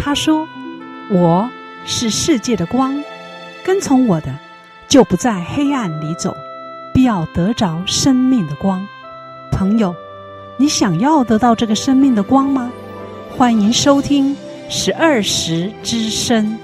他说，我是世界的光，跟从我的就不在黑暗里走，必要得着生命的光。朋友，你想要得到这个生命的光吗？欢迎收听12时之声。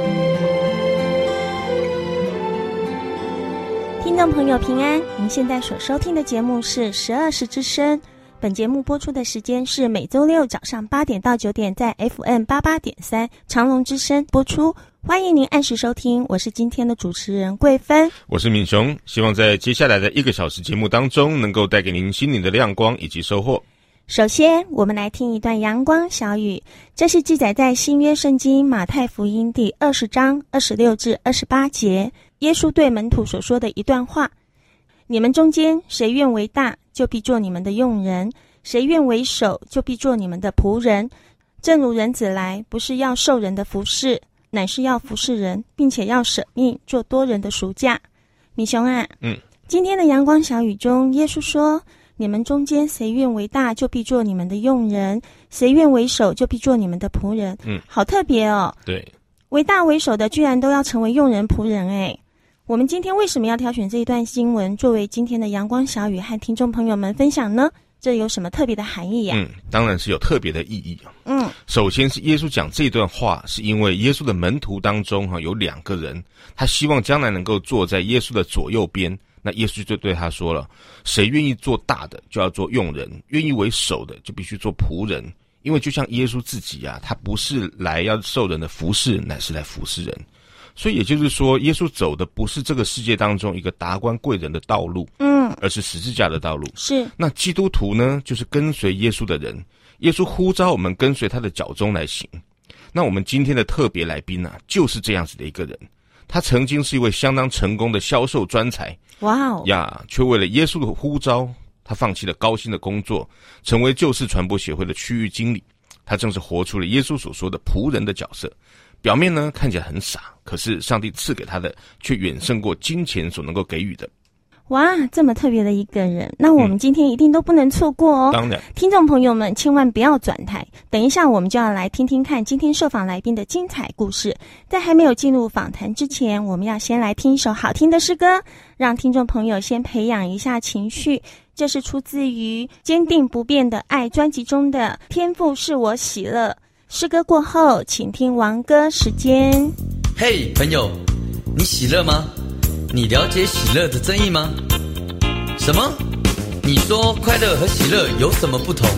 听众朋友平安，您现在所收听的节目是12时之声。本节目播出的时间是每周六早上8点到9点，在 FM88.3 长荣之声播出。欢迎您按时收听，我是今天的主持人桂芬， 我是敏雄，希望在接下来的1个小时节目当中，能够带给您心灵的亮光以及收获。 首先，我们来听一段阳光小语，这是记载在新约圣经马太福音第20章26至28节，耶稣对门徒所说的一段话：你们中间谁愿为大，就必做你们的用人；谁愿为首，就必做你们的仆人。正如人子来，不是要受人的服侍，乃是要服侍人，并且要舍命做多人的赎价。米雄啊，今天的阳光小语中，耶稣说，你们中间谁愿为大，就必做你们的用人；谁愿为首，就必做你们的仆人。好特别哦。对，为大为首的居然都要成为用人仆人诶。我们今天为什么要挑选这一段经文作为今天的阳光小语和听众朋友们分享呢？这有什么特别的含义呀？ 当然是有特别的意义。首先是耶稣讲这段话，是因为耶稣的门徒当中有2个人，他希望将来能够坐在耶稣的左右边。那耶稣就对他说了，谁愿意做大的，就要做用人；愿意为首的，就必须做仆人。因为就像耶稣自己他不是来要受人的服侍，乃是来服侍人。所以也就是说，耶稣走的不是这个世界当中一个达官贵人的道路，而是十字架的道路。是。那基督徒呢，就是跟随耶稣的人。耶稣呼召我们跟随他的脚踪来行。那我们今天的特别来宾就是这样子的一个人。他曾经是一位相当成功的销售专才，却为了耶稣的呼召，他放弃了高薪的工作，成为救世传播协会的区域经理。他正是活出了耶稣所说的仆人的角色。表面呢看起来很傻，可是上帝赐给他的却远胜过金钱所能够给予的。 哇，这么特别的一个人，那我们今天一定都不能错过哦。当然，听众朋友们千万不要转台，等一下我们就要来听听看今天受访来宾的精彩故事。在还没有进入访谈之前，我们要先来听一首好听的诗歌，让听众朋友先培养一下情绪。这是出自于坚定不变的爱专辑中的天父是我喜乐。诗歌过后，请听王歌时间。 嘿，朋友，你喜乐吗？你了解喜乐的真义吗？什么？你说快乐和喜乐有什么不同？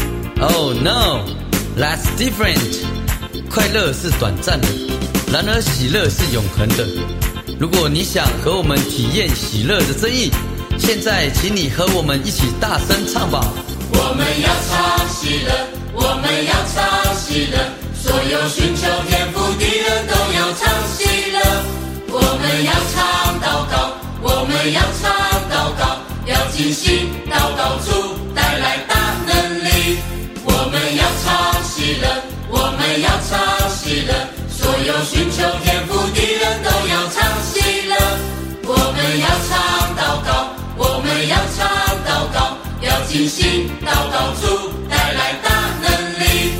Oh no, that's different. 快乐是短暂的，然而喜乐是永恒的。如果你想和我们体验喜乐的真义，现在请你和我们一起大声唱吧。 我们要唱喜乐，我们要唱喜乐，所有寻求天父的人都要唱喜乐。我们要唱祷告，我们要唱祷告，要尽心祷告主带来大能力。我们要唱喜乐，我们要唱喜乐，所有寻求天父的人都要唱喜乐。我们要唱祷告，我们要唱祷告，要尽心祷告主带来大能力。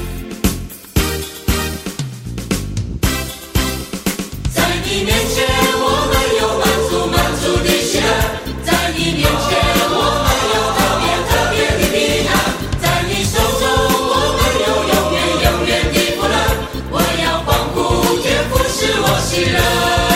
在你面前我们有满足的喜乐，在你面前我们有特别的平安，在你手中我们有永远的福乐。我要欢呼天父是我喜乐。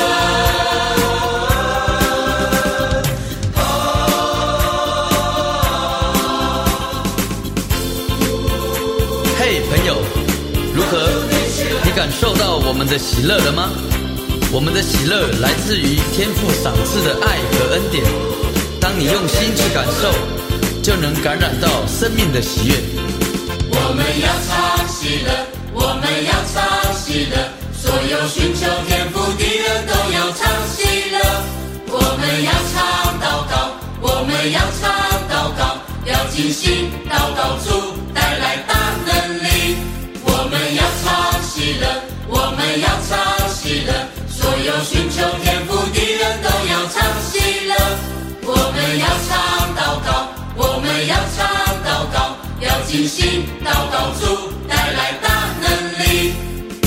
嘿，朋友，如何？你感受到我们的喜乐了吗？我们的喜乐来自于天父赏赐的爱和恩典。当你用心去感受，就能感染到生命的喜悦。 我们要唱喜乐，我们要唱喜乐，所有寻求天父的人都要唱喜乐。我们要唱祷告，我们要唱祷告，要尽心祷告主带来大能力。我们要唱喜乐，我们要唱喜乐，所有寻求天父的人都要唱喜乐。我们要唱祷告，我们要唱祷告，要尽心祷告主带来大能力。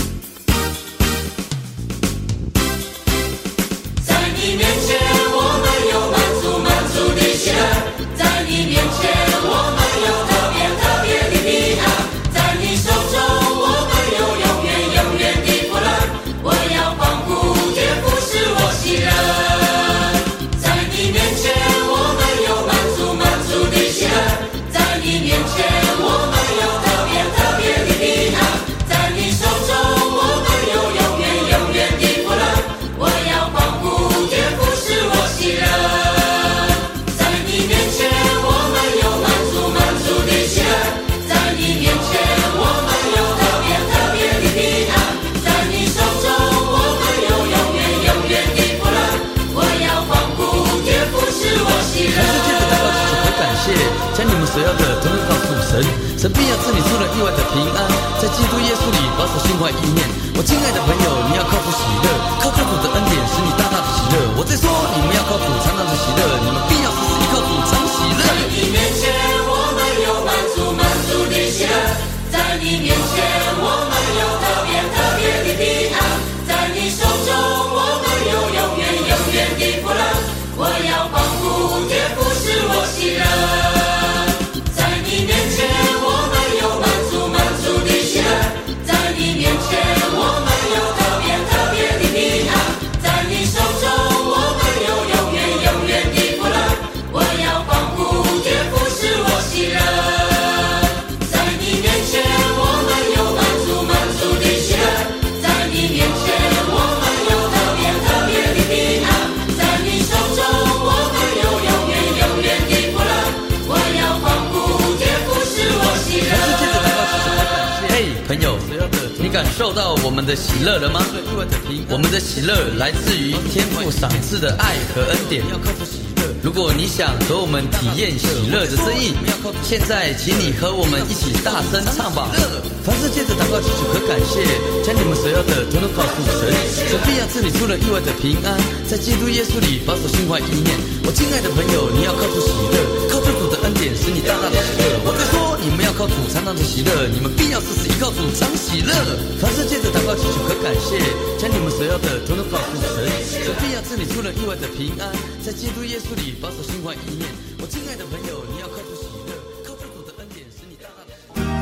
神必要赐你出人意外的平安，在基督耶稣里保守心怀意念。我亲爱的朋友，你要靠主喜乐，靠着主的恩典使你大大的喜乐。我在说，你们要靠主常常的喜乐，你们必要时时依靠主常喜乐。 在你面前我们有满足的喜乐，在你面前我们有特别的平安，在你手中我们有永远的福乐。我要欢呼天父使我喜乐，在你面前我们有满足的喜乐，在你面前我们有特别的平安，在你手中我们有永远的福乐。我要欢呼天父使我喜乐，在你面前我们有满足的喜乐，在你面前我们有特别的平安，在你手中我们有永远的福乐。我要欢呼天父使我喜乐。 嘿，朋友，你感受到我们的喜乐了吗？我们的喜乐来自于天父赏赐的爱和恩典。如果你想和我们体验喜乐的真意，现在请你和我们一起大声唱吧。凡事借着祷告祈求和感谢，将你们所要的统统告诉神，神必要赐你出人意外的平安，在基督耶稣里保守心怀意念。我亲爱的朋友，你要靠主喜乐，靠着主的恩典使你大大的喜乐。我在说，你们要靠主常常的喜乐，你们必要时时依靠主常喜乐。凡事借着祷告祈求和感谢，将你们所要的统统告诉神，神必要赐你出人意外的平安，在基督耶稣里保守心怀意念。我亲爱的朋友，你要靠主喜乐，靠着主的恩典使你大大的喜乐。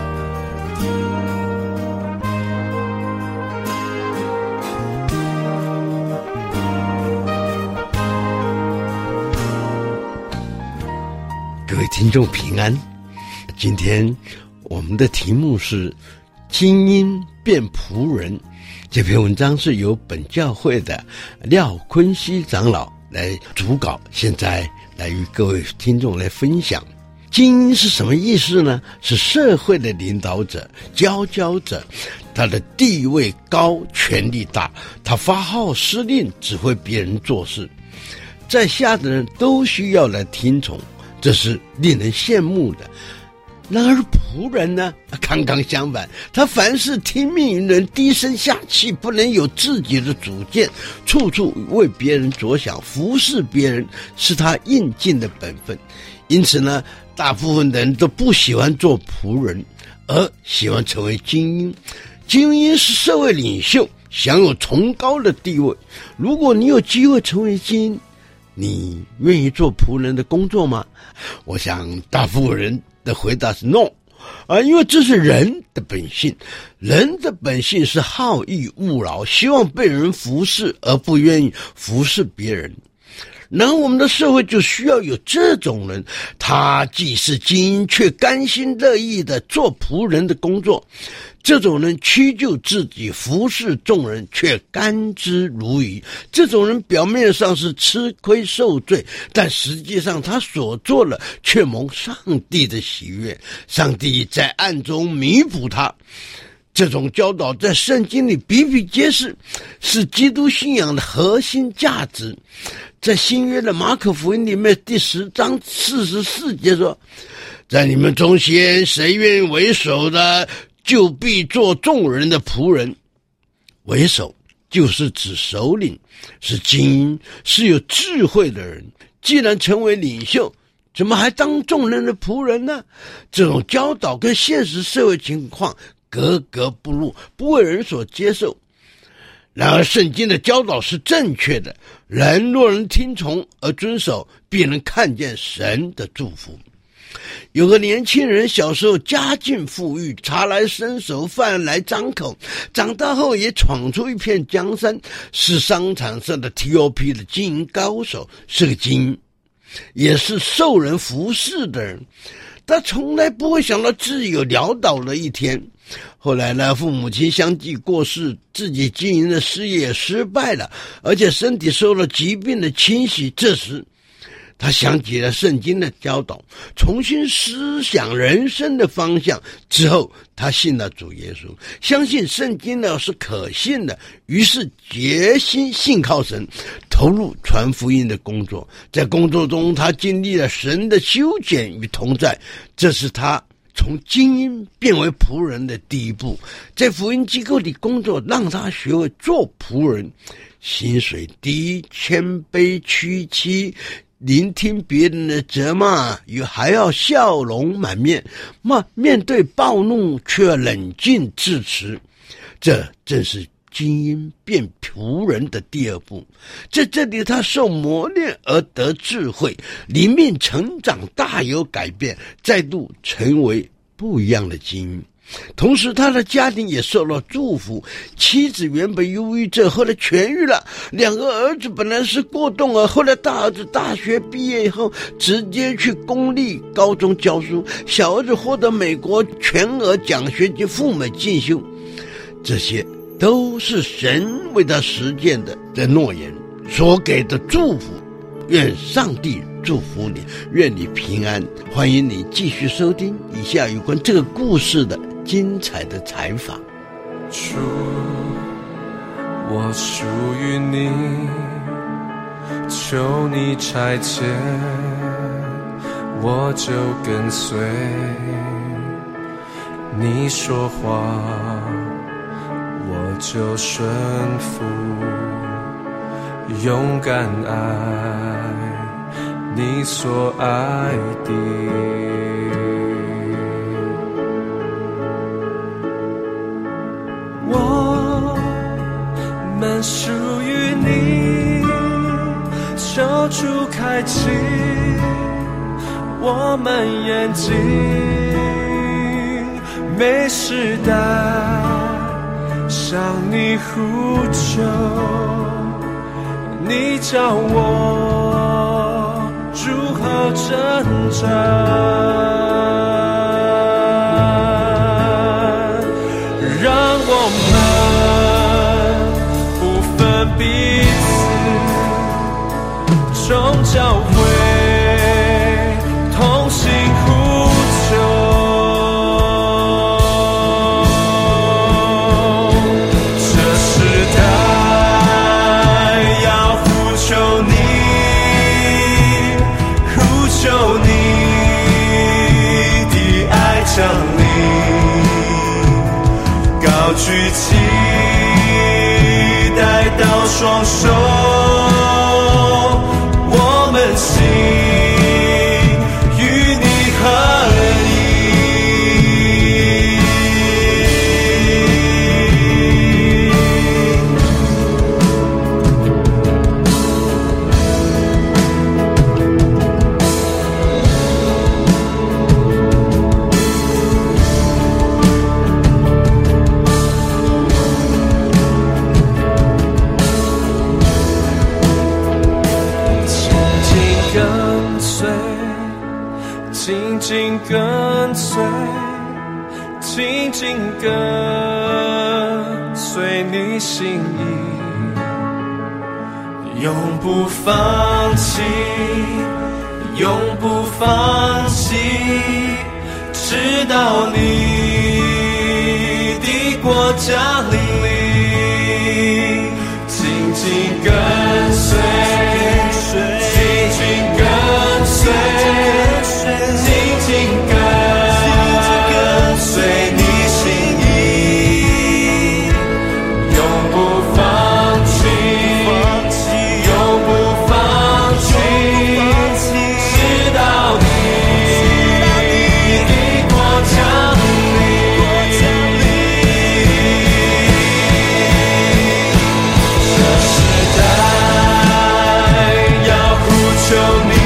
各位听众平安，今天我们的题目是精英变仆人。这篇文章是由本教会的廖坤熙长老来主稿，现在来与各位听众来分享。精英是什么意思呢？是社会的领导者、佼佼者，他的地位高，权力大，他发号施令，指挥别人做事，在下的人都需要来听从，这是令人羡慕的。然而仆人呢，刚刚相反，他凡事听命于人，低声下气，不能有自己的主见，处处为别人着想，服侍别人是他应尽的本分。因此呢，大部分的人都不喜欢做仆人，而喜欢成为精英。精英是社会领袖，享有崇高的地位。如果你有机会成为精英，你愿意做仆人的工作吗？我想大部分人的回答是 no， 因为这是人的本性，人的本性是好逸恶劳，希望被人服侍而不愿意服侍别人。然后我们的社会就需要有这种人，他既是精英，却甘心乐意的做仆人的工作。这种人屈就自己，服侍众人，却甘之如饴。这种人表面上是吃亏受罪，但实际上他所做的却蒙上帝的喜悦，上帝在暗中弥补他。这种教导在圣经里比比皆是，是基督信仰的核心价值。在新约的马可福音里面第10章44节说，在你们中间谁愿意为首的，就必做众人的仆人。为首就是指首领，是精英，是有智慧的人。既然成为领袖，怎么还当众人的仆人呢？这种教导跟现实社会情况格格不入，不为人所接受。然而圣经的教导是正确的，人若能听从而遵守，必能看见神的祝福。有个年轻人小时候家境富裕，茶来伸手，饭来张口，长大后也闯出一片江山，是商场上的 TOP 的经营高手，是个精英，也是受人服侍的人。他从来不会想到自己有潦倒的一天。后来呢，父母亲相继过世，自己经营的事业也失败了，而且身体受了疾病的侵袭。这时他想起了圣经的教导，重新思想人生的方向。之后他信了主耶稣，相信圣经呢是可信的，于是决心信靠神，投入传福音的工作。在工作中他经历了神的修剪与同在，这是他从精英变为仆人的第一步，在福音机构里工作，让他学会做仆人，薪水低，谦卑屈膝，聆听别人的责骂，还要笑容满面，面对暴怒却要冷静自持。这正是精英变仆人的第二步。在这里他受磨练而得智慧，灵命成长大有改变，再度成为不一样的精英。同时他的家庭也受到祝福，妻子原本忧郁症后来痊愈了，两个儿子本来是过动儿，后来大儿子大学毕业以后直接去公立高中教书，小儿子获得美国全额奖学金赴美进修，这些都是神为他实践的诺言所给的祝福。愿上帝祝福你，愿你平安。欢迎你继续收听以下有关这个故事的精彩的采访。 主，我属于你，求你差遣，我就跟随你说话，我就顺服，勇敢爱你所爱的。我们属于你，求主开启我们眼睛，每时代向你呼求，你教我如何挣扎。众教会同心呼求，这时代要呼求你，呼求你的爱降临，高举起带到双手，心与你合紧紧跟随，紧紧跟随你心意，永不放弃，永不放弃，直到你的国降临，紧紧跟随，紧紧跟随，紧紧跟随你心意，永不放弃，永不放弃，直到你的国降临。这时代要呼求你，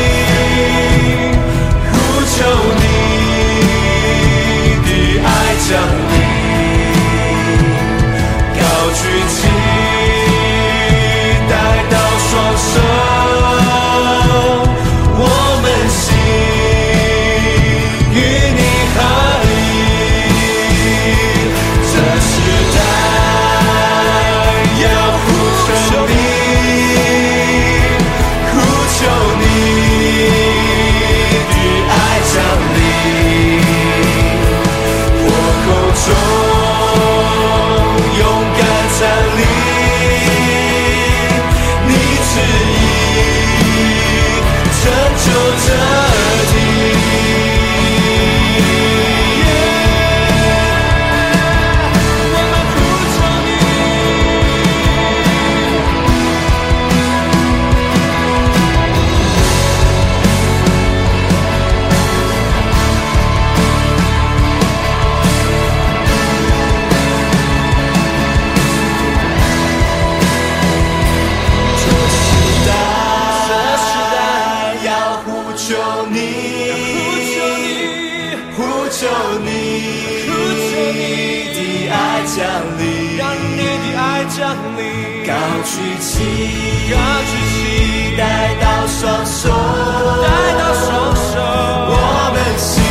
求你的爱降临，高举起带到双手，我们心与你合一。这时代要呼求你，呼求你降临，火口中勇敢站立， 爱将你高举起，带到双手，我们心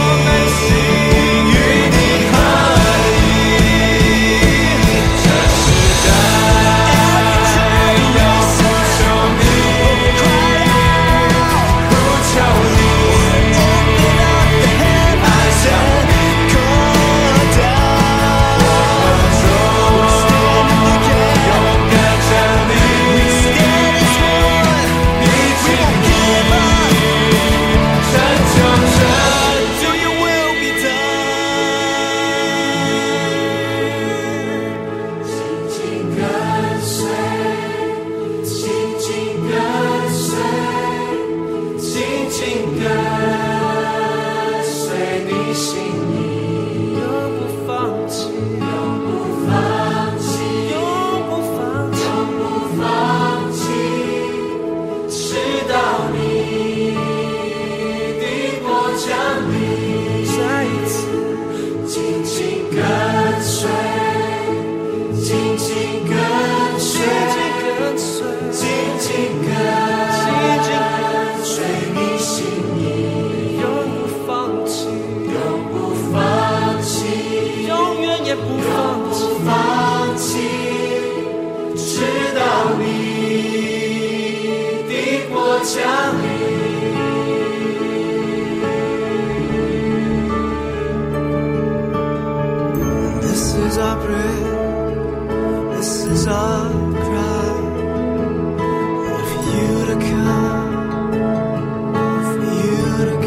与你合一。这时代要呼求你，呼求你，爱向你扩大。This is our prayer, this is our cry, for you to come, for you to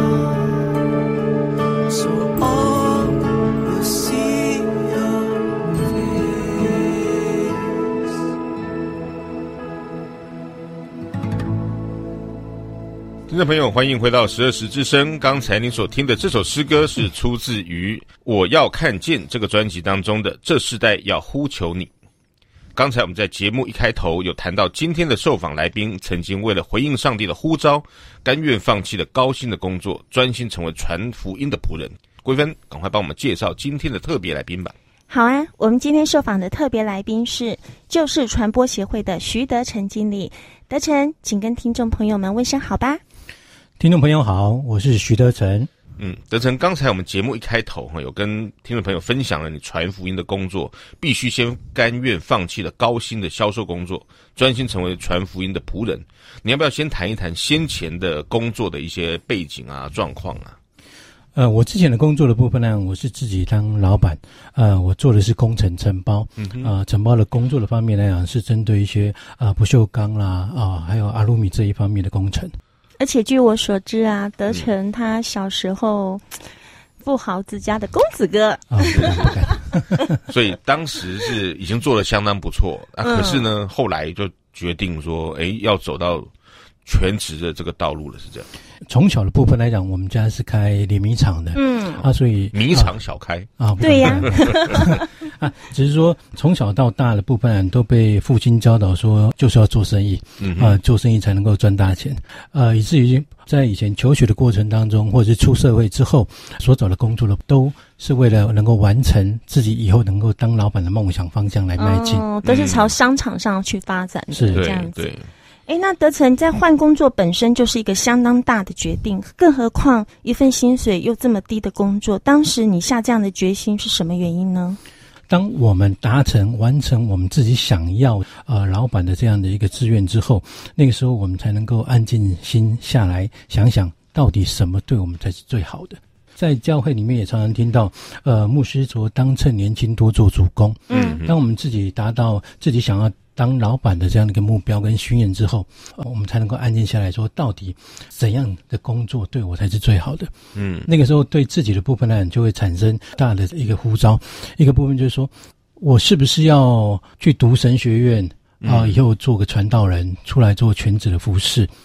come, so all will see your face. 听众朋友，欢迎回到12时之声。刚才您所听的这首诗歌是出自于《我要看见》这个专辑当中的《这世代要呼求你》。刚才我们在节目一开头有谈到，今天的受访来宾曾经为了回应上帝的呼召，甘愿放弃了高薪的工作，专心成为传福音的仆人。桂芬，赶快帮我们介绍今天的特别来宾吧。 好啊，我们今天受访的特别来宾是救世传播协会的徐德成经理。德成，请跟听众朋友们问声好吧。 听众朋友好，我是徐德成。 德成，刚才我们节目一开头有跟听众朋友分享了你传福音的工作，必须先甘愿放弃了高薪的销售工作，专心成为传福音的仆人。你要不要先谈一谈先前的工作的一些背景啊、状况啊？ 我之前的工作的部分呢，我是自己当老板，我做的是工程承包，承包的工作的方面来讲是针对一些不锈钢啦还有阿鲁米这一方面的工程。 而且据我所知啊，德成他小时候富豪之家的公子哥不敢所以当时是已经做得相当不错可是呢后来就决定说要走到全职的这个道路了，是这样。 从小的部分来讲，我们家是开碾米厂的，所以米厂小开对呀只是说从小到大的部分都被父亲教导说就是要做生意，做生意才能够赚大钱，以至于在以前求学的过程当中，或者是出社会之后所找的工作的，都是为了能够完成自己以后能够当老板的梦想方向来迈进， 都是朝商场上去发展的， 是这样子。 对。 那德成在换工作本身就是一个相当大的决定，更何况一份薪水又这么低的工作，当时你下这样的决心是什么原因呢？ 当我们完成我们自己想要老板的这样的一个志愿之后，那个时候我们才能够安静心下来想想到底什么对我们才是最好的。在教会里面也常常听到牧师说当趁年轻多做主工，当我们自己达到自己想要当老板的这样的一个目标跟心愿之后，我们才能够安静下来说到底怎样的工作对我才是最好的。那个时候对自己的部分呢就会产生大的一个呼召，一个部分就是说我是不是要去读神学院以后做个传道人出来做全职的服事，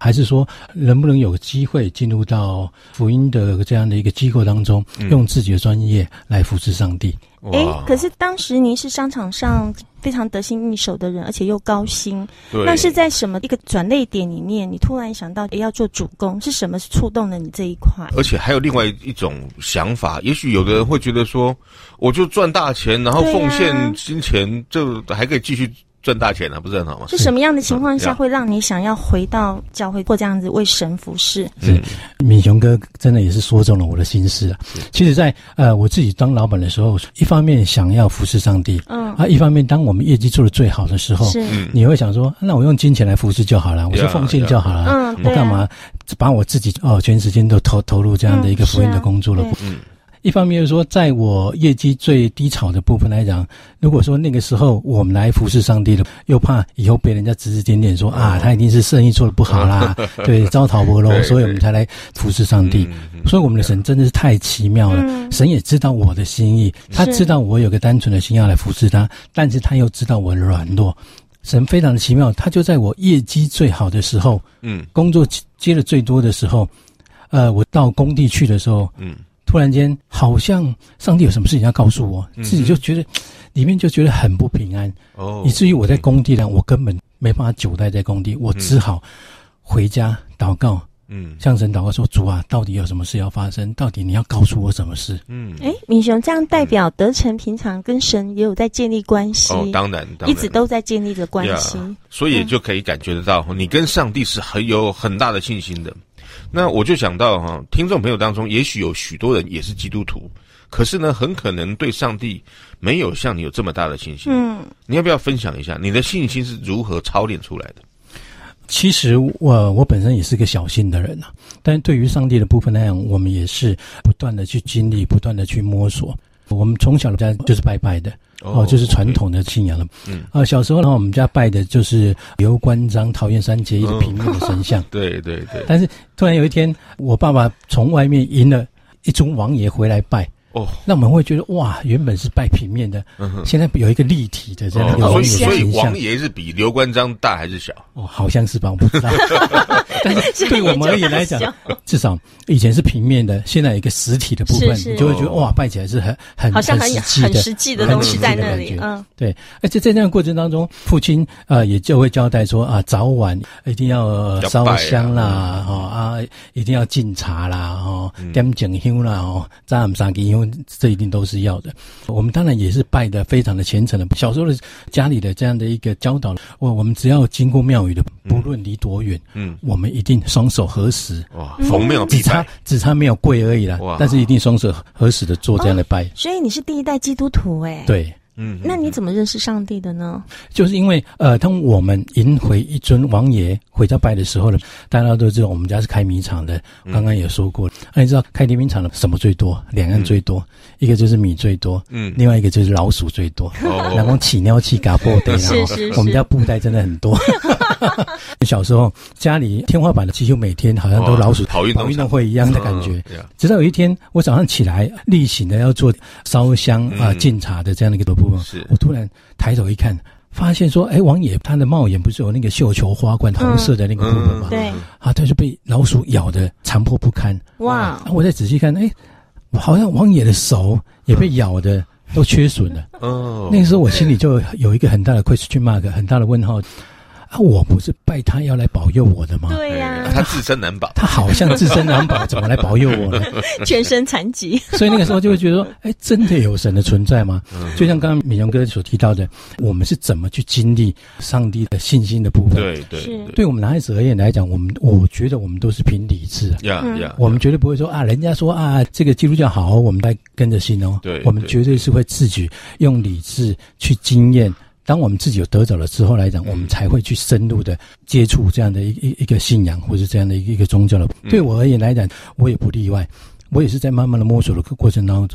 还是说能不能有机会进入到福音的这样的一个机构当中，用自己的专业来服侍上帝？ 可是当时您是商场上非常得心应手的人，而且又高薪，那是在什么一个转捩点里面，你突然想到要做主工，是什么触动了你这一块？ 而且还有另外一种想法，也许有的人会觉得说，我就赚大钱，然后奉献金钱，就还可以继续赚大钱啊，不是很好吗？ 是什么样的情况下会让你想要回到教会或这样子为神服侍？ 是敏雄哥真的也是说中了我的心事啊。其实在我自己当老板的时候，一方面想要服侍上帝，一方面当我们业绩做得最好的时候，你会想说，那我用金钱来服侍就好了，我就奉献就好了，我干嘛把我自己全时间都投入这样的一个福音的工作了？一方面就是说，在我业绩最低潮的部分来讲，如果说那个时候我们来服侍上帝了，又怕以后被人家指指点点说他一定是生意做得不好啦，对，糟蹋不咯，所以我们才来服侍上帝。所以我们的神真的是太奇妙了，神也知道我的心意，他知道我有个单纯的心要来服侍他，但是他又知道我的软弱。神非常的奇妙，他就在我业绩最好的时候，工作接的最多的时候，我到工地去的时候，突然间好像上帝有什么事情要告诉我，自己就觉得里面就觉得很不平安，以至于我在工地上我根本没办法久待在工地，我只好回家祷告，向神祷告说，主啊，到底有什么事要发生？到底你要告诉我什么事？ 敏雄这样代表德成平常跟神也有在建立关系， 当然一直都在建立着关系， 所以就可以感觉得到，你跟上帝是有很大的信心的。那我就想到听众朋友当中也许有许多人也是基督徒，可是呢很可能对上帝没有像你有这么大的信心。你要不要分享一下你的信心是如何操练出来的？ 其实我本身也是个小信的人但对于上帝的部分来讲，我们也是不断的去经历，不断的去摸索。我们从小的家就是拜拜的就是传统的信仰了。小时候呢，我们家拜的就是刘关张、桃园三结义的平面的神像。 对。 但是突然有一天，我爸爸从外面迎了一尊王爷回来拜。那我们会觉得哇，原本是拜平面的，现在有一个立体的这样的一个王爷形象。 所以王爷是比刘关张大还是小？ 好像是吧，我不知道。但是对我们而言来讲，至少以前是平面的，现在有一个实体的部分，你就会觉得哇，拜起来是好像很实际的东西在那里。 对，而且在这样的过程当中，父亲也就会交代说早晚一定要烧香啦，一定要敬茶啦，点整香啦，早晚三支香。这一定都是要的。我们当然也是拜的非常的虔诚的。小时候的家里的这样的一个教导，我们只要经过庙宇的，不论离多远，我们一定双手合十， 逢庙必拜， 只差没有跪而已啦。但是一定双手合十的做这样的拜。 所以你是第一代基督徒对。 那你怎么认识上帝的呢？ 就是因为当我们迎回一尊王爷回家拜的时候呢，大家都知道我们家是开米厂的，刚刚也说过了。你知道开碾米厂的什么最多？两样最多，一个就是米最多，另外一个就是老鼠最多。然后起尿气嘎布袋，我们家布袋真的很多。小时候家里天花板的几乎每天好像都老鼠跑运动会一样的感觉。直到有一天我早上起来例行的要做烧香敬茶的这样的一个部分，我突然抬头一看，发现说王爷他的帽檐不是有那个绣球花冠红色的那个部分吗？ 对他就被老鼠咬得残破不堪。哇！我再仔细看，好像王爷的手也被咬的都缺损了。那个时候我心里就有一个很大的 question mark， 很大的问号。我不是拜他要来保佑我的吗？ 对呀， 他自身难保， 他好像自身难保，怎么来保佑我呢？ 全身残疾。 所以那个时候就会觉得说，真的有神的存在吗？就像刚刚敏雄哥所提到的，我们是怎么去经历上帝的信心的部分？对我们男孩子而言来讲，我觉得我们都是凭理智。我们绝对不会说人家说这个基督教好，我们来跟着信哦。我们绝对是会自己用理智去经验。当我们自己有得着了之后来讲，我们才会去深入的接触这样的一个信仰，或者这样的一个宗教了。对我而言来讲，我也不例外。我也是在慢慢的摸索的过程当中，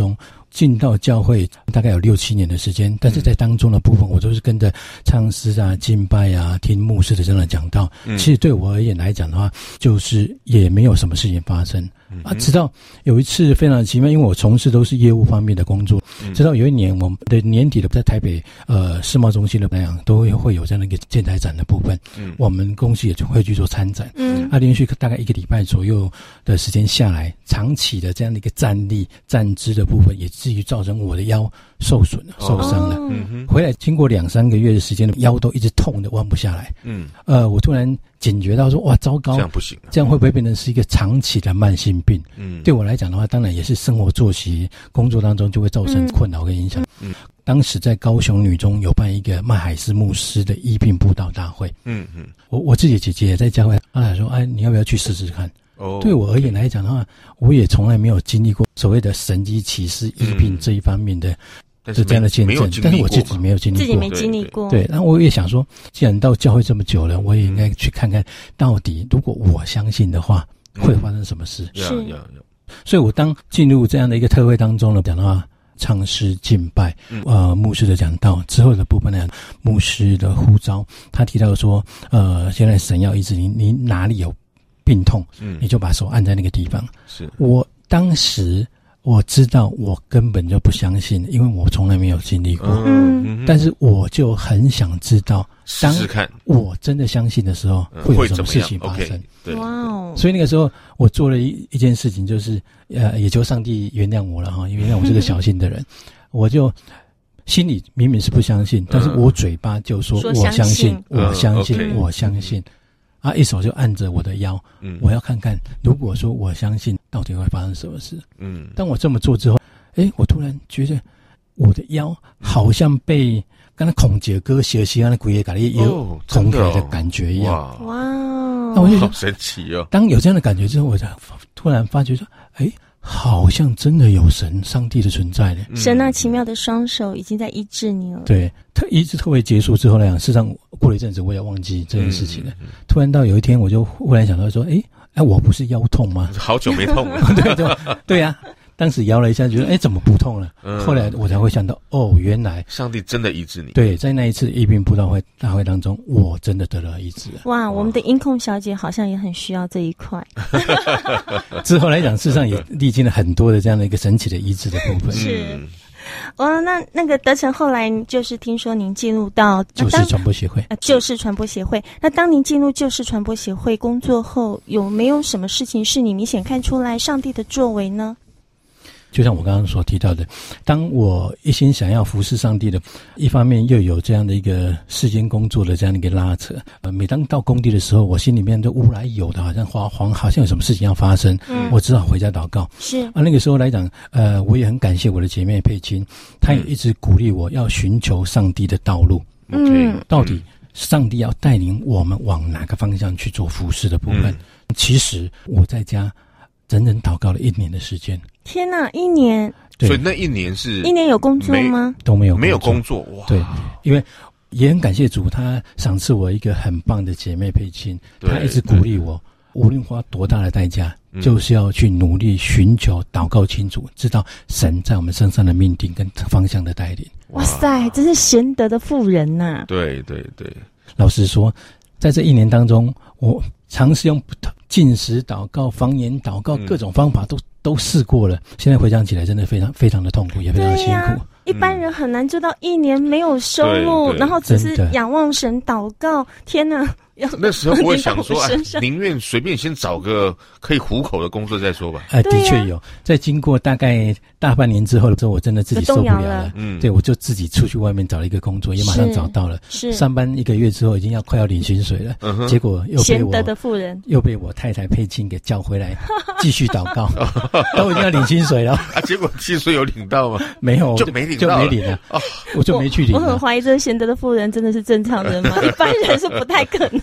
进到教会大概有6-7年的时间，但是在当中的部分，我都是跟着唱诗啊、敬拜啊、听牧师的这样的讲道。其实对我而言来讲的话，就是也没有什么事情发生啊。直到有一次非常奇妙，因为我从事都是业务方面的工作，直到有一年我们的年底的在台北世贸中心的那样都会有这样的一个建材展的部分，我们公司也会去做参展。连续大概1个礼拜左右的时间下来，长期的这样的一个站立站姿的部分，也至于造成我的腰受损了、受伤了。回来经过2-3个月的时间，腰都一直痛的弯不下来。我突然警觉到说，哇，糟糕， 这样不行， 这样会不会变成是一个长期的慢性病？对我来讲的话，当然也是生活作息、工作当中就会造成困扰跟影响。当时在高雄女中有办一个麦海斯牧师的医病布道大会。我自己的姐姐也在教会，她说：“哎，你要不要去试试看？”对我而言来讲的话，我也从来没有经历过所谓的神迹奇事、医病这一方面的。就这样的见证，但是我自己没有经历过， 自己没经历过。 对，然后我也想说，既然到教会这么久了，我也应该去看看到底，如果我相信的话，会发生什么事。 是， 所以我当进入这样的一个特会当中呢，讲的话，唱诗敬拜，牧师的讲道之后的部分呢，牧师的呼召，他提到说，现在神要医治你哪里有病痛，你就把手按在那个地方。 是我当时。我知道我根本就不相信，因为我从来没有经历过。但是我就很想知道，当我真的相信的时候，会有什么事情发生。 哇哦！ 所以那个时候，我做了一件事情，就是也求上帝原谅我了哈，原谅我这个小心的人。我就心里明明是不相信，但是我嘴巴就说我相信，我相信，我相信。一手就按着我的腰，我要看看，如果说我相信，到底会发生什么事。当我这么做之后，我突然觉得我的腰好像被刚才孔杰哥写的鬼也搞了有孔铁的感觉一样。 哇， 那我就好神奇哦！ 当有这样的感觉之后，我才突然发觉说，好像真的有上帝的存在的。 神那奇妙的双手已经在医治你了。 对，医治特会结束之后来讲，事实上过了一阵子，我也忘记这件事情了。突然到有一天，我就忽然想到说，我不是腰痛吗？ 好久没痛了。 对啊。当时摇了一下，觉得怎么不痛了？后来我才会想到，原来上帝真的医治你。 对，在那一次医病布道会大会当中，我真的得了医治。 哇，我们的音控小姐好像也很需要这一块。 之后来讲，事实上也历经了很多的这样的一个神奇的医治的部分。 是。那个德成后来就是听说您进入到救世传播协会， 救世传播协会。那当您进入救世传播协会工作后，有没有什么事情是你明显看出来上帝的作为呢？ 就像我刚刚所提到的，当我一心想要服侍上帝的，一方面又有这样的一个世间工作的这样的一个拉扯，每当到工地的时候，我心里面就无来有的，好像花黄，好像有什么事情要发生，我只好回家祷告。 是那个时候来讲，我也很感谢我的姐妹佩青，她也一直鼓励我要寻求上帝的道路。到底上帝要带领我们往哪个方向去做服侍的部分？其实我在家整整祷告了1年的时间。 天哪，1年！ 所以那1年是 1年有工作吗？ 都没有， 没有工作。哇！ 对，因为也很感谢主，他赏赐我一个很棒的姐妹佩青，他一直鼓励我，无论花多大的代价，就是要去努力寻求、祷告清楚，知道神在我们身上的命定跟方向的带领。 哇塞，真是贤德的妇人呐！ 对。 老实说，在这1年当中，我尝试用禁食祷告、方言祷告，各种方法都试过了。现在回想起来，真的非常非常的痛苦，也非常辛苦。 一般人很难做到1年没有收入，然后只是仰望神祷告。天哪！ 那时候我也想说，宁愿随便先找个可以糊口的工作再说吧。 的确有，在经过大概大半年之后，我真的自己受不了了。对，我就自己出去外面找了一个工作，也马上找到了。 是上班1个月之后，已经快要领薪水了。结果又被我太太佩青给叫回来，继续祷告。都已经要领薪水了结果薪水有领到吗？ 没有， 就没领了。 我就没去领。 我很怀疑这贤德的妇人真的是正常人吗？一般人是不太可能。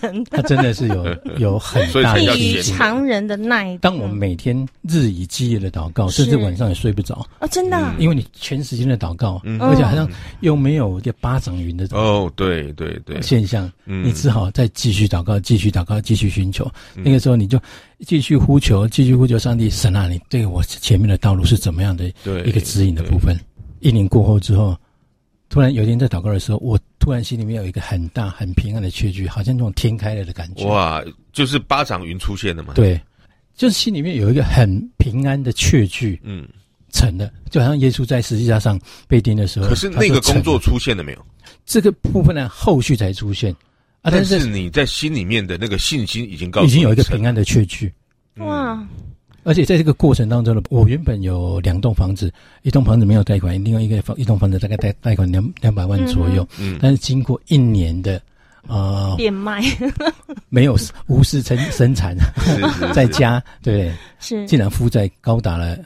人， 他真的是有很大的异于常人的耐度。 当我们每天日以继夜的祷告，甚至晚上也睡不着哦，真的， 因为你全时间的祷告，而且好像又没有一个巴掌云的对现象，你只好再继续祷告，继续祷告，继续寻求。那个时候你就继续呼求上帝，神啊，你对我前面的道路是怎么样的一个指引的部分。1年过后之后，突然有一天在祷告的时候，我突然心里面有一个很大很平安的确据，好像那种天开了的感觉。 哇，就是巴掌云出现了嘛？ 对，就是心里面有一个很平安的确据，成了，就好像耶稣在十字架上被钉的时候。 可是那个工作出现了没有？ 这个部分呢，后续才出现啊。 但是你在心里面的那个信心已经有一个平安的确据。 哇！ 而且在这个过程当中呢，我原本有2栋房子，一栋房子没有贷款，另外一栋房子大概贷款200万左右。但是经过1年的变卖， 没有无事生产，在家对， 是竟然负债高达了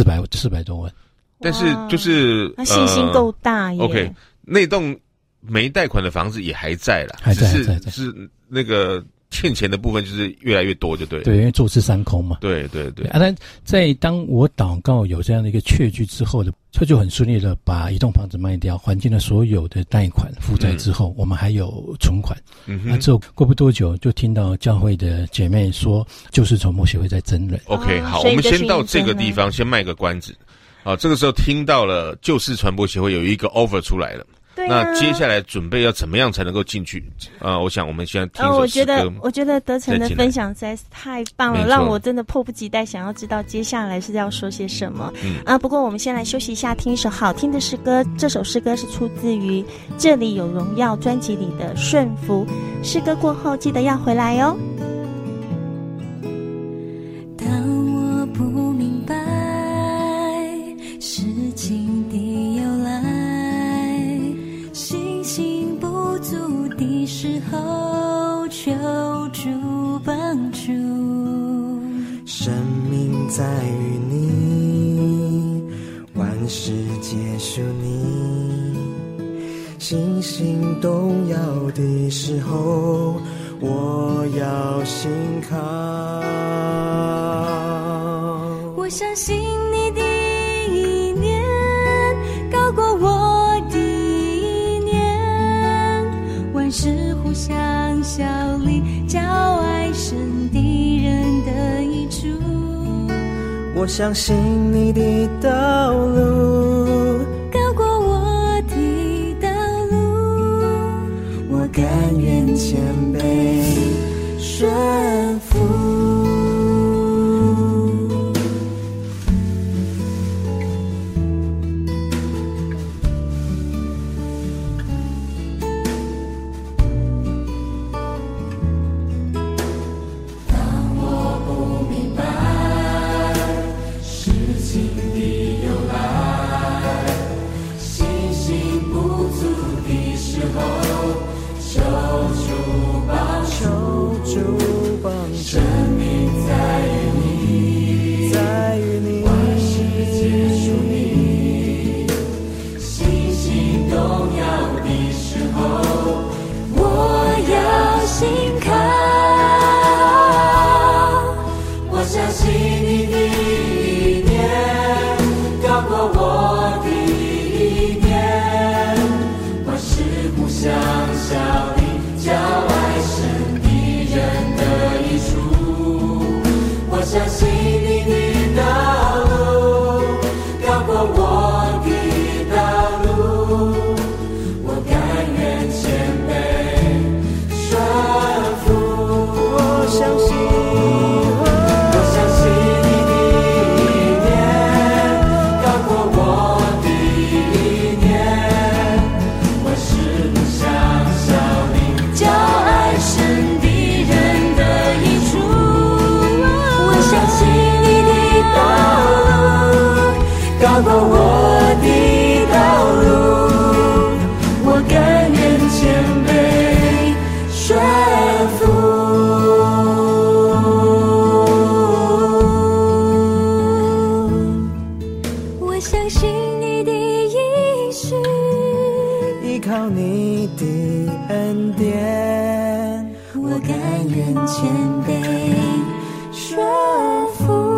400多万。 但是就是他信心够大耶。 OK， 那栋没贷款的房子也还在啦， 还在， 是那个欠钱的部分就是越来越多，就对。 对，因为坐吃山空嘛。 对。 但在当我祷告有这样的一个确据之后的，就很顺利的把一栋房子卖掉，还清了所有的贷款负债之后，我们还有存款。之后过不多久就听到教会的姐妹说，救世传播协会在征人。 OK， 好，我们先到这个地方先卖个关子。这个时候听到了救世传播协会有一个 offer 出来了。那接下来准备要怎么样才能够进去？我想我们现在听首诗歌。 我觉得德成的分享实在是太棒了，让我真的迫不及待想要知道接下来是要说些什么。不过我们先来休息一下，听一首好听的诗歌。这首诗歌是出自于《这里有荣耀》专辑里的《顺服》。诗歌过后记得要回来哦。 当我不明白事情的由来，信心不足的时候，求助帮助。 生命在于你，万事皆属你。信心动摇的时候，我要信靠。 我相信你的意念高过我的意念，万事互相效力，叫爱神的人得益处。 我相信你的道路高过我的道路， 我甘愿谦卑顺服。 我甘愿谦卑顺服。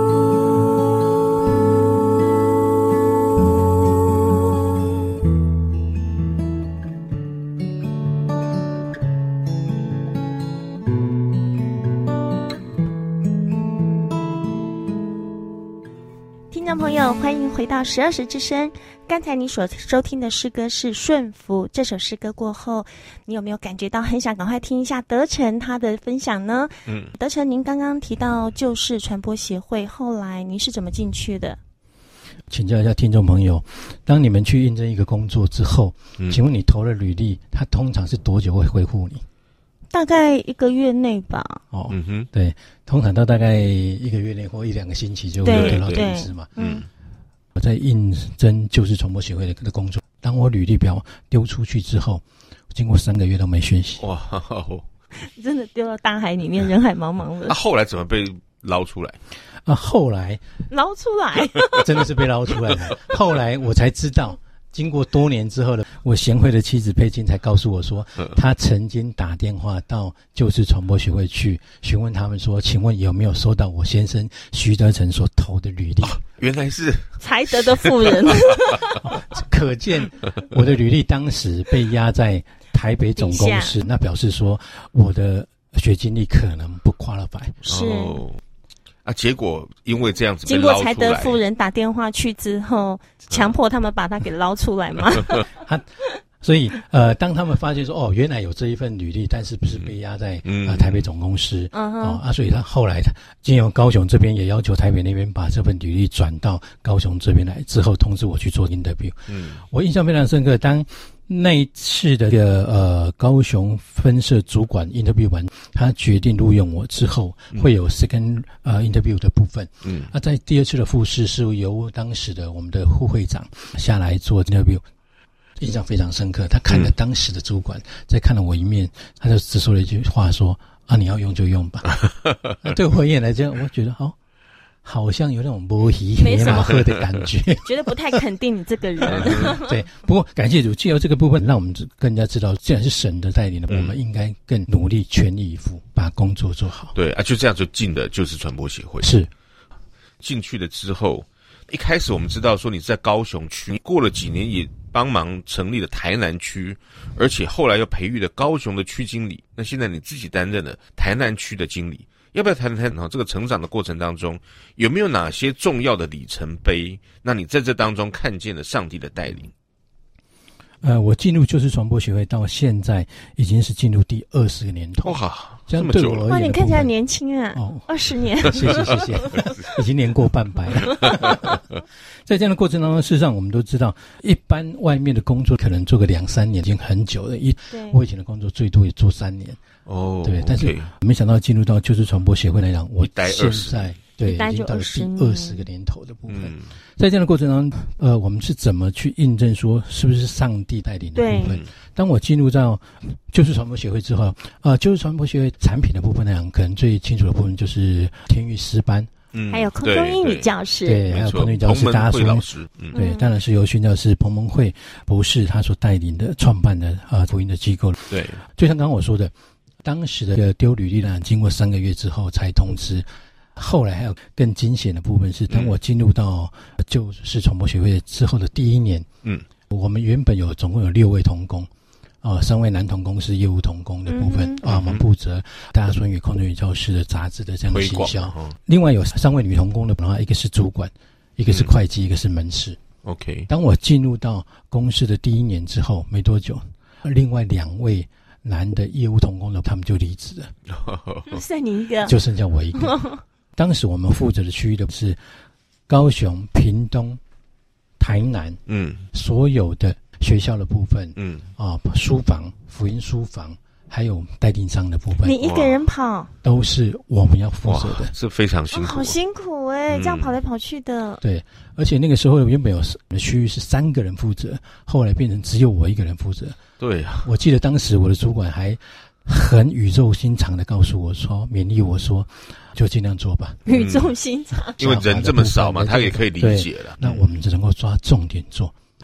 听众朋友，欢迎回到12时之声。刚才你所收听的诗歌是《顺服》，这首诗歌过后，你有没有感觉到很想赶快听一下德成他的分享呢？德成，您刚刚提到旧式传播协会，后来您是怎么进去的？ 请教一下听众朋友，当你们去应征一个工作之后，请问你投了履历，他通常是多久会回复你？ 大概1个月内吧。 对，通常到大概1个月内或1-2个星期就会得到通知嘛。我在应征旧式传播协会的工作，当我履历表丢出去之后，经过3个月都没讯息。 哇， 真的丢到大海里面，人海茫茫的。 后来怎么被捞出来？ 后来捞出来， 真的是被捞出来的。后来我才知道。经过多年之后呢，我贤惠的妻子佩金才告诉我说，她曾经打电话到旧式传播协会去询问他们说，请问有没有收到我先生徐德成所投的履历？ 原来是才德的妇人。 可见我的履历当时被压在台北总公司，那表示说我的学经历可能不 qualify。 是。 结果因为这样子被捞出来， 经过才德夫人打电话去之后，强迫他们把他给捞出来嘛。 所以当他们发现说原来有这一份履历，但是不是被压在台北总公司所以他后来经由高雄这边也要求台北那边把这份履历转到高雄这边来，之后通知我去做 interview。我印象非常深刻，当那一次的高雄分社主管 interview 完，他决定录用我之后，会有 second interview 的部分。在第2次的复试是由当时的我们的副会长下来做 interview， 印象非常深刻。他看了当时的主管，再看了我一面，他就只说了一句话说：“你要用就用吧。”对我而言来讲，我觉得好像有那种摸鱼没什么喝的感觉， 觉得不太肯定你这个人。 对，不过感谢主，借由这个部分，让我们更加知道，既然是神的带领的，我们应该更努力、全力以赴，把工作做好。 对就这样就进的就是传播协会。 是进去了之后，一开始我们知道说你在高雄区，过了几年也帮忙成立了台南区，而且后来又培育了高雄的区经理。那现在你自己担任了台南区的经理。要不要谈谈这个成长的过程当中，有没有哪些重要的里程碑？那你在这当中看见了上帝的带领？ 我进入旧式传播协会到现在已经是进入第20个年头。 哇， 这样对我而言， 哇，你看起来年轻啊！20年， 谢谢，已经年过半百了。在这样的过程当中，事实上我们都知道，一般外面的工作可能做个2-3年已经很久了。我以前的工作最多也做3年。对，但是没想到进入到旧式传播协会来讲，我现在已经到了第20个年头的部分。在这样的过程当中，我们是怎么去印证说是不是上帝带领的部分？当我进入到旧式传播协会之后，旧式传播协会产品的部分来讲，可能最清楚的部分就是天域诗班。 还有空中英语教室， 对，还有空中英语教室，大家说老师， 对，当然是由宣教师彭蒙慧博士他所带领的创办的福音的机构。 对， 就像刚刚我说的，当时的丢履历呢，经过3个月之后才通知。后来还有更惊险的部分是，当我进入到旧式传播协会之后的第1年，我们原本总共有6位同工。3位男同工是业务同工的部分我们负责大家说与空中语教室的杂志的这样的行销。另外有3位女同工的，然后一个是主管，一个是会计，一个是门市。 OK， 当我进入到公司的第1年之后没多久，另外2位男的业务同工的他们就离职了， 剩你一个， 就剩下我一个。当时我们负责的区域的是高雄、屏东、台南，所有的学校的部分，书房、福音书房，还有代订商的部分， 你一个人跑， 都是我们要负责的， 是非常辛苦， 好辛苦这样跑来跑去的。 对，而且那个时候原本有的区域是3个人负责，后来变成只有我一个人负责。 对啊， 我记得当时我的主管还很语重心长的告诉我说，勉励我说，就尽量做吧。 语重心长， 因为人这么少嘛，他也可以理解了。 那我们只能够抓重点做。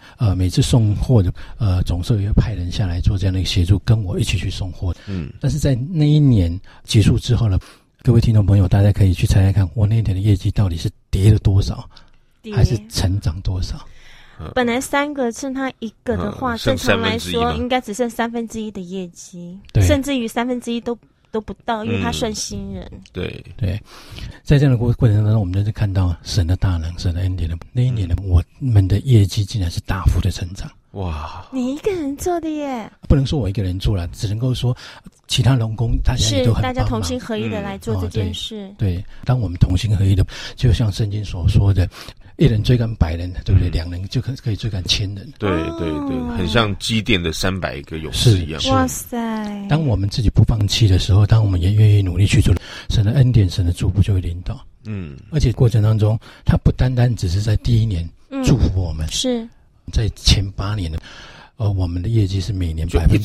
每次送货的总是会派人下来做这样的一个协助，跟我一起去送货。但是在那一年结束之后呢，各位听众朋友，大家可以去猜猜看，我那一年的业绩到底是跌了多少，还是成长多少？ 本来3个剩他1个的话，正常来说应该只剩1/3的业绩，甚至于1/3都不到，因为他算新人。 对，在这样的过程当中，我们真是看到神的大能，神的恩典的。那一年的我们的业绩竟然是大幅的成长。 哇！ 你一个人做的耶？ 不能说我一个人做了，只能够说其他农工大家也都很帮忙， 大家同心合意的来做这件事。 对，当我们同心合意的，就像圣经所说的。1人追赶100人，对不对？2人就可以追赶1000人。 对，很像基甸的300个勇士一样。 哇塞！ 当我们自己不放弃的时候，当我们也愿意努力去做，神的恩典、神的祝福就会领导。而且过程当中，他不单单只是在第1年祝福我们， 是在前8年的，我们的业绩是每年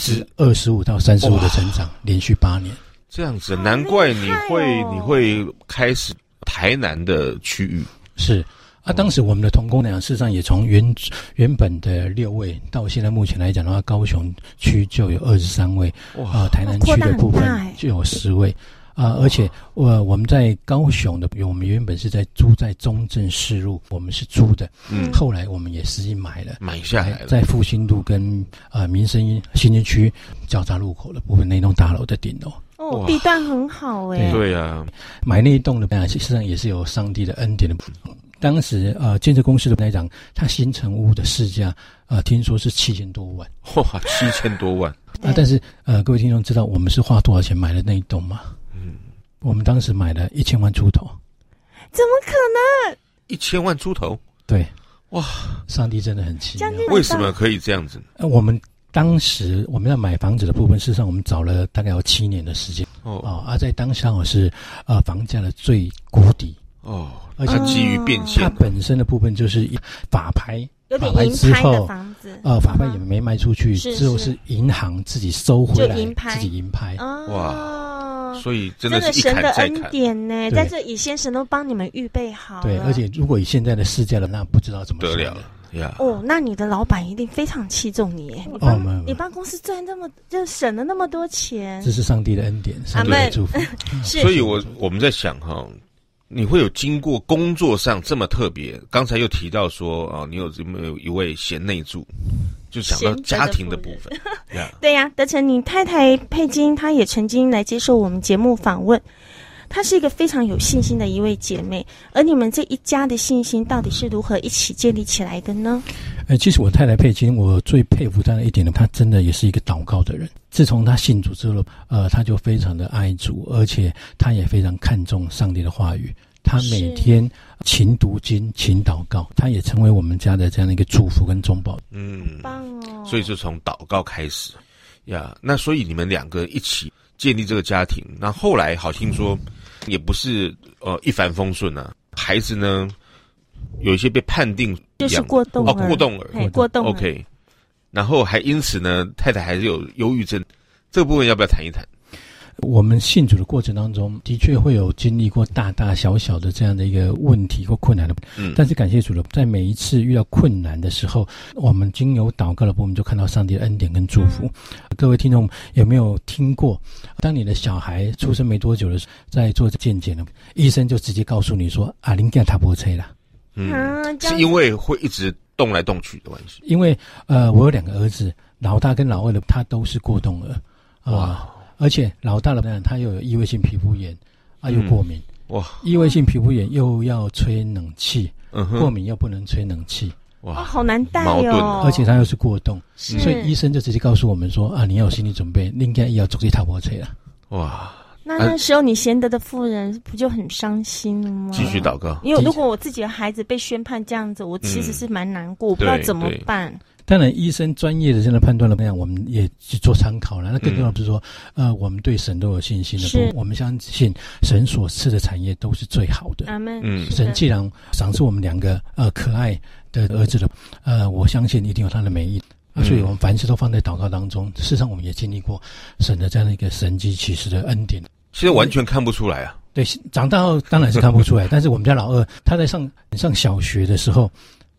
25%到35%的成长，连续8年。 这样子，难怪你会开始台南的区域是。当时我们的同工呢，事实上也从原本的6位，到现在目前来讲的话，高雄区就有23位，台南区的部分就有10位，而且我们在高雄的，我们原本是租在中正四路，我们是租的，后来我们也实际买下来了， 在复兴路跟民生新街区交叉路口的部分那栋大楼的顶楼。 地段很好哎。 对啊， 买那一栋的，实际上也是有上帝的恩典的。当时建设公司的来讲，它新成屋的市价听说是7000多万。 哇，7000多万！ 但是各位听众知道我们是花多少钱买的那一栋吗？我们当时买了1000万出头。 怎么可能 ？1000万出头？ 对， 哇， 上帝真的很奇妙。 为什么可以这样子？ 我们当时我们要买房子的部分，事实上我们找了大概有7年的时间。在当下是房价的最谷底。 而且基于变现， 它本身的部分就是法拍， 有点银拍的房子， 法拍也没卖出去，之后是银行自己收回来，自己银拍。 哇，所以真的是一砍再砍。 神的恩典呢，在这以先神都帮你们预备好了。 对，而且如果以现在的市价了，那不知道怎么得了呀。 那你的老板一定非常器重你耶。你帮公司赚就省了那么多钱， 这是上帝的恩典，上帝的祝福。 所以我们在想哈。你会有经过工作上这么特别？刚才又提到说你有一位贤内助，就讲到家庭的部分。 对呀，德成，你太太佩金她也曾经来接受我们节目访问，她是一个非常有信心的一位姐妹。而你们这一家的信心到底是如何一起建立起来的呢？ 其实我太太佩金，我最佩服她的一点呢，她真的也是一个祷告的人。自从她信主之后，她就非常的爱主，而且她也非常看重上帝的话语。她每天勤读经、勤祷告，她也成为我们家的这样的一个祝福跟中保。 棒哦！ 所以就从祷告开始呀。那所以你们2个一起建立这个家庭，那后来好听说也不是一帆风顺啊。孩子呢，有一些被判定就是过动儿。过动儿。 OK， 然后还因此呢，太太还是有忧郁症，这个部分要不要谈一谈？ 我们信主的过程当中，的确会有经历过大大小小的这样的一个问题或困难的，但是感谢主的，在每一次遇到困难的时候，我们经由祷告的部分就看到上帝的恩典跟祝福。各位听众有没有听过，当你的小孩出生没多久的时候，在做健检呢，医生就直接告诉你说你给他踏波车啦。 是因为会一直动来动去的关系。 因为我有2个儿子，老大跟老二的他都是过动儿而且老大的他又有异位性皮肤炎又过敏。异位性皮肤炎又要吹冷气，过敏又不能吹冷气。 好难带哦。 而且他又是过动，所以医生就直接告诉我们说你要有心理准备，你应该也要走这踏波车了。 那时候你贤德的妇人不就很伤心了吗？ 继续祷告。 因为如果我自己的孩子被宣判这样子，我其实是蛮难过，我不知道怎么办。 当然，医生专业的这样的判断了，那样我们也去做参考了。那更重要的是说，我们对神都有信心的，我们相信神所赐的产业都是最好的。 阿们。 神既然赏赐我们2个可爱的儿子的，我相信一定有他的美意。所以我们凡事都放在祷告当中。事实上，我们也经历过神的这样的一个神迹奇事的恩典。 其实完全看不出来啊。 对，长大后当然是看不出来。但是我们家老二他在上小学的时候，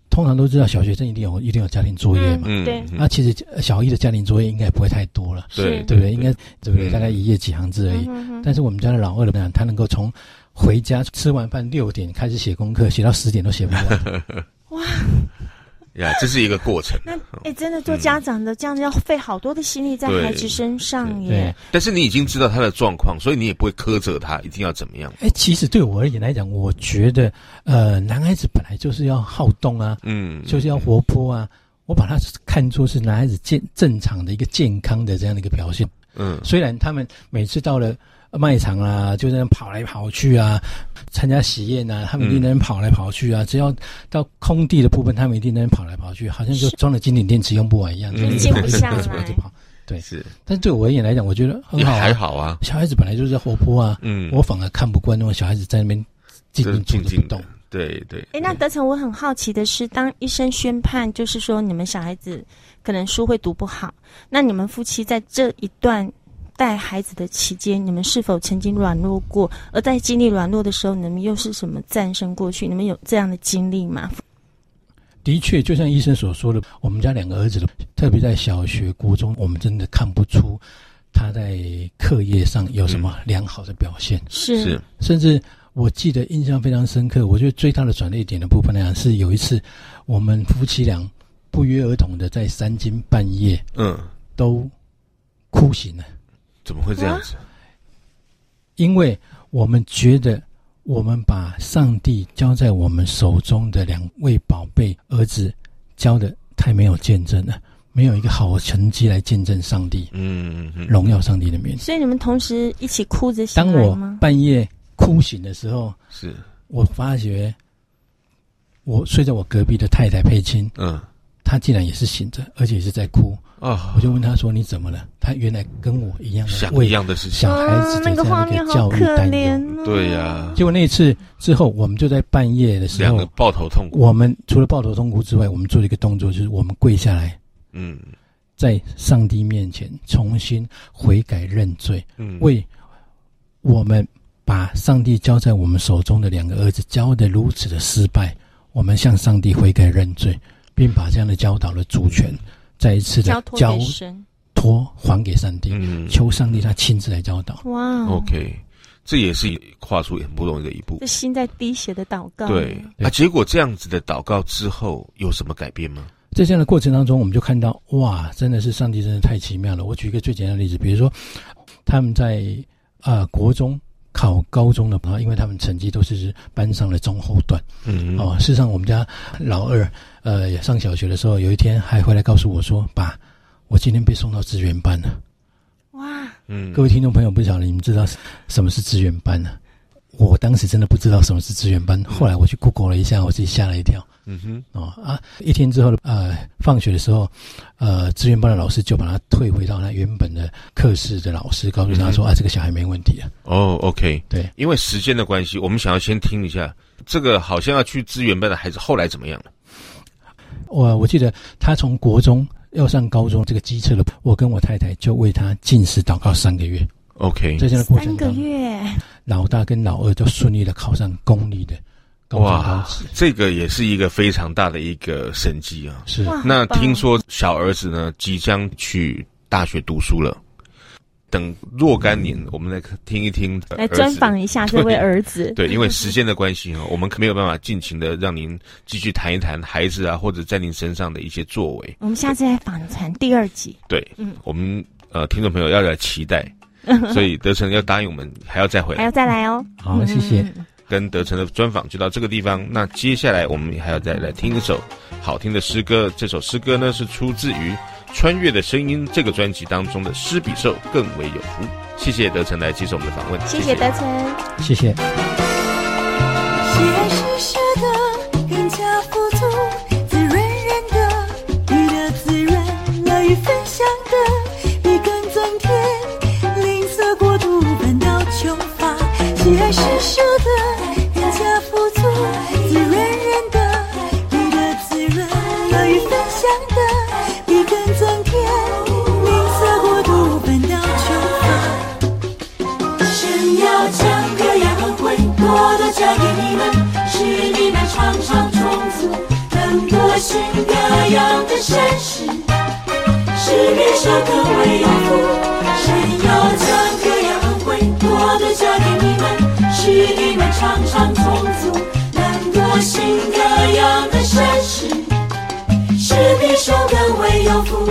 通常都知道小学生一定有家庭作业嘛， 对， 那其实小一的家庭作业应该也不会太多了， 对对不对？应该对不对？大概一页几行字而已。但是我们家的老二的他能够从回家吃完饭6点开始写功课，写到10点都写不完。 哇！ 呀，这是一个过程。 那真的做家长的这样要费好多的心力在孩子身上耶。 但是你已经知道他的状况，所以你也不会苛责他一定要怎么样。 其实对我而言来讲，我觉得男孩子本来就是要好动啊，就是要活泼啊。我把它看作是男孩子正常的一个健康的这样的一个表现。虽然他们每次到了卖场啊，就在那跑来跑去啊，参加喜宴啊，他们一定在那跑来跑去啊。只要到空地的部分，他们一定在那跑来跑去，好像就装了金顶电池用不完一样， 静不下来， 一直跑。对， 是。 但是对我而言来讲，我觉得很好， 还好啊。 小孩子本来就是活泼啊，我反而看不惯那种小孩子在那边静不动。 对对。 那德成，我很好奇的是，当医生宣判，就是说你们小孩子可能书会读不好，那你们夫妻在这一段带孩子的期间，你们是否曾经软弱过？而在经历软弱的时候，你们又是什么战胜过去？你们有这样的经历吗？ 的确，就像医生所说的，我们家2个儿子，特别在小学、国中，我们真的看不出他在课业上有什么良好的表现。 是， 甚至我记得印象非常深刻。我觉得最大的转捩点的部分来讲，是有一次我们夫妻俩不约而同的在3更半夜，都哭醒了。 怎么会这样子？ 因为我们觉得我们把上帝交在我们手中的2位宝贝儿子教的太没有见证了，没有一个好成绩来见证上帝，荣耀上帝的名。 所以你们同时一起哭着醒来吗？ 当我半夜哭醒的时候， 是我发觉我睡在我隔壁的太太佩青，她竟然也是醒着，而且也是在哭。我就问她说：“你怎么了？”她原来跟我一样的想一样的事情， 小孩子的这样一个教育担忧。 对呀。 结果那一次之后，我们就在半夜的时候，2 个抱头痛哭。 我们除了抱头痛哭之外，我们做了一个动作，就是我们跪下来，在上帝面前重新悔改认罪，为我们把上帝交在我们手中的2个儿子教得如此的失败，我们向上帝悔改认罪，并把这样的教导的主权再一次的交托还给上帝，求上帝他亲自来教导。 哇 ，OK， 这也是跨出很不容易的一步。 这心在滴血的祷告。 对，结果这样子的祷告之后有什么改变吗？ 在这样的过程当中，我们就看到，哇，真的是上帝真的太奇妙了。我举一个最简单的例子，比如说他们在国中考高中的，因为他们成绩都是班上的中后段。事实上我们家老二也上小学的时候，有一天还回来告诉我说：“爸，我今天被送到资源班了。” 哇！ 各位听众朋友，不晓得你们知道什么是资源班呢？我当时真的不知道什么是资源班，后来我去 Google 了一下，我自己吓了一跳。一天之后放学的时候，资源班的老师就把他退回到他原本的课室的老师，告诉他说：“这个小孩没问题了。” OK， 对， 因为时间的关系，我们想要先听一下这个好像要去资源班的孩子后来怎么样了。 我记得他从国中要上高中这个机测了，我跟我太太就为他禁食祷告3个月。 OK， 在这样的过程当中，3个月， 老大跟老二就顺利的考上公立的高中高职。 这个也是一个非常大的一个神迹啊！ 是。 那听说小儿子呢即将去大学读书了，等若干年，我们来听一听， 来专访一下这位儿子。 对，因为时间的关系我们没有办法尽情的让您继续谈一谈孩子或者在您身上的一些作为。 我们下次来访谈第2集。 对，我们听众朋友要来期待。所以德成要答应我们还要再回来， 还要再来哦。 好，谢谢。 跟德成的专访就到这个地方，那接下来我们还要再来听一首好听的诗歌。这首诗歌呢是出自于《穿越的声音》这个专辑当中的《施比受更为有福》。谢谢德成来接受我们的访问。 谢谢德成， 谢谢。 喜爱施舍的更加富足，滋润人的你的滋润，乐于分享的你更增添，吝啬过度反倒穷乏。喜爱施舍的更加富足，滋润人的你的滋润，乐于分享的你更增添，吝啬过度反倒穷乏。 神要将各样恩惠多多加给你们，使你们常常充足，更多行各样的善事，使你受更为有福。神要将各样恩惠多多加给你们，使你们常常充足，能多行各样的善事，使你受更为有福。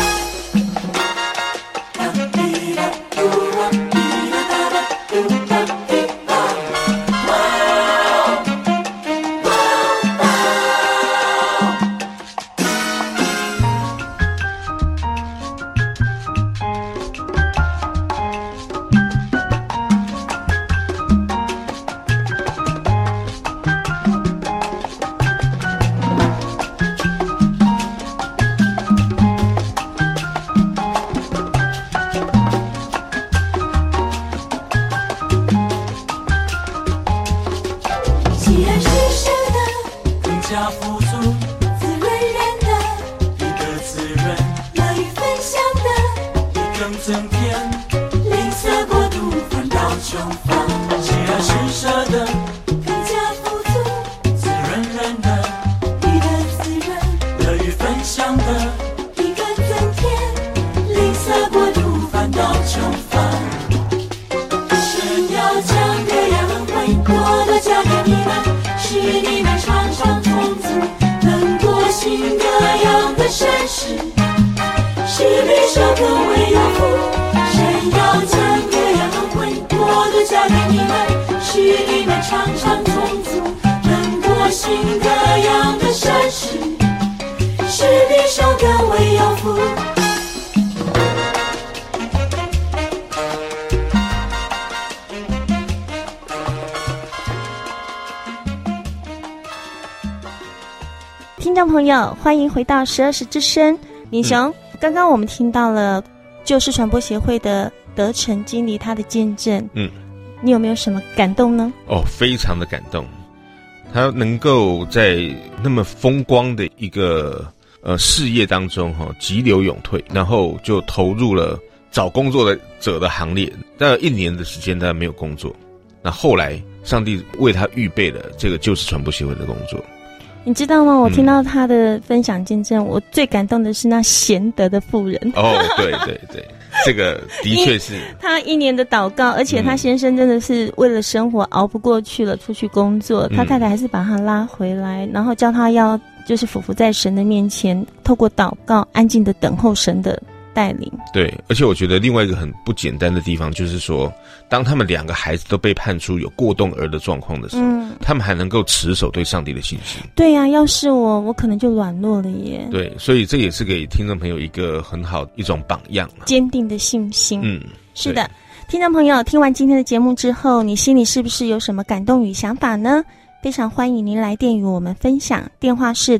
听众朋友，欢迎回到12时之声。敏雄，刚刚我们听到了救世传播协会的德成经理他的见证，你有没有什么感动呢？ 非常的感动。他能够在那么风光的一个事业当中急流勇退，然后就投入了找工作者的行列。大概1年的时间他没有工作，那后来上帝为他预备了这个救世传播协会的工作。 你知道吗？我听到他的分享见证，我最感动的是那贤德的妇人。 对对对，这个的确是他1年的祷告，而且他先生真的是为了生活熬不过去了，出去工作，他太太还是把他拉回来，然后叫他要就是俯伏在神的面前，透过祷告安静的等候神的带领。 对，而且我觉得另外一个很不简单的地方就是说，当他们2个孩子都被判出有过动儿的状况的时候，他们还能够持守对上帝的信心。 对呀，要是我可能就软弱了耶。 对，所以这也是给听众朋友一个很好一种榜样， 坚定的信心。是的，听众朋友，听完今天的节目之后，你心里是不是有什么感动与想法呢？非常欢迎您来电与我们分享，电话是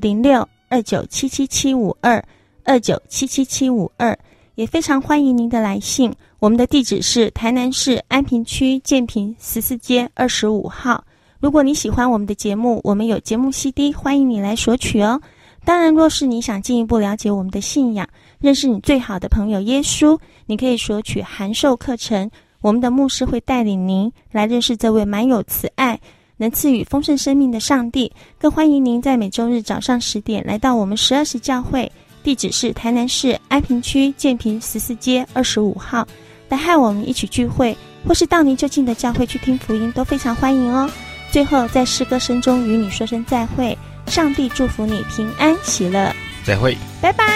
0629777752，29777752，也非常欢迎您的来信。我们的地址是台南市安平区建平14街25号。如果你喜欢我们的节目，我们有节目 CD， 欢迎你来索取哦。当然，若是你想进一步了解我们的信仰，认识你最好的朋友耶稣，你可以索取函授课程，我们的牧师会带领您来认识这位满有慈爱能赐予丰盛生命的上帝。更欢迎您在每周日早上10点来到我们12时教会，地址是台南市安平区建平14街25号，来和我们一起聚会，或是到您就近的教会去听福音，都非常欢迎哦。最后在诗歌声中与你说声再会，上帝祝福你平安喜乐， 再会， 拜拜。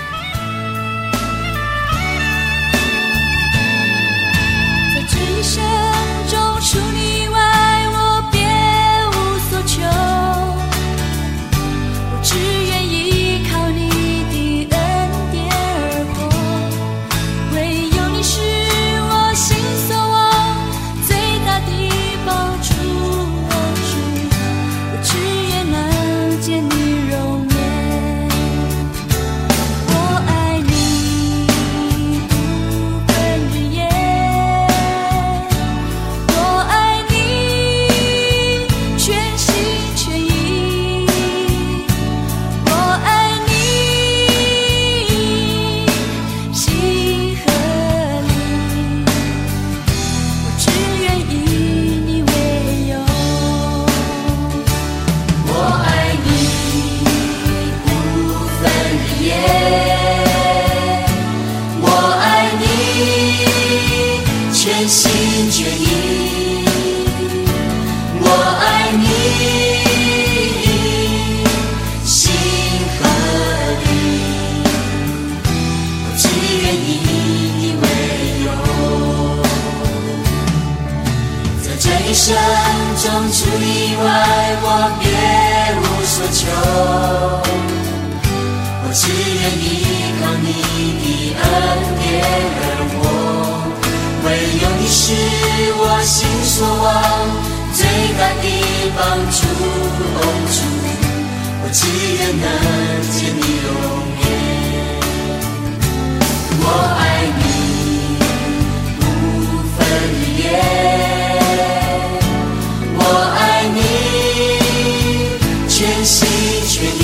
在这一生中除你外我别无所求，我只愿依靠你的恩典而活，唯有你是我心所望最大的帮助，我只愿能见你容颜。 一生中除你外，我别无所求。我只愿依靠你的恩典，而我唯有你是我心所望最大的帮助。主，我只愿能见你容颜。我爱你不分日夜，我爱你全心全意。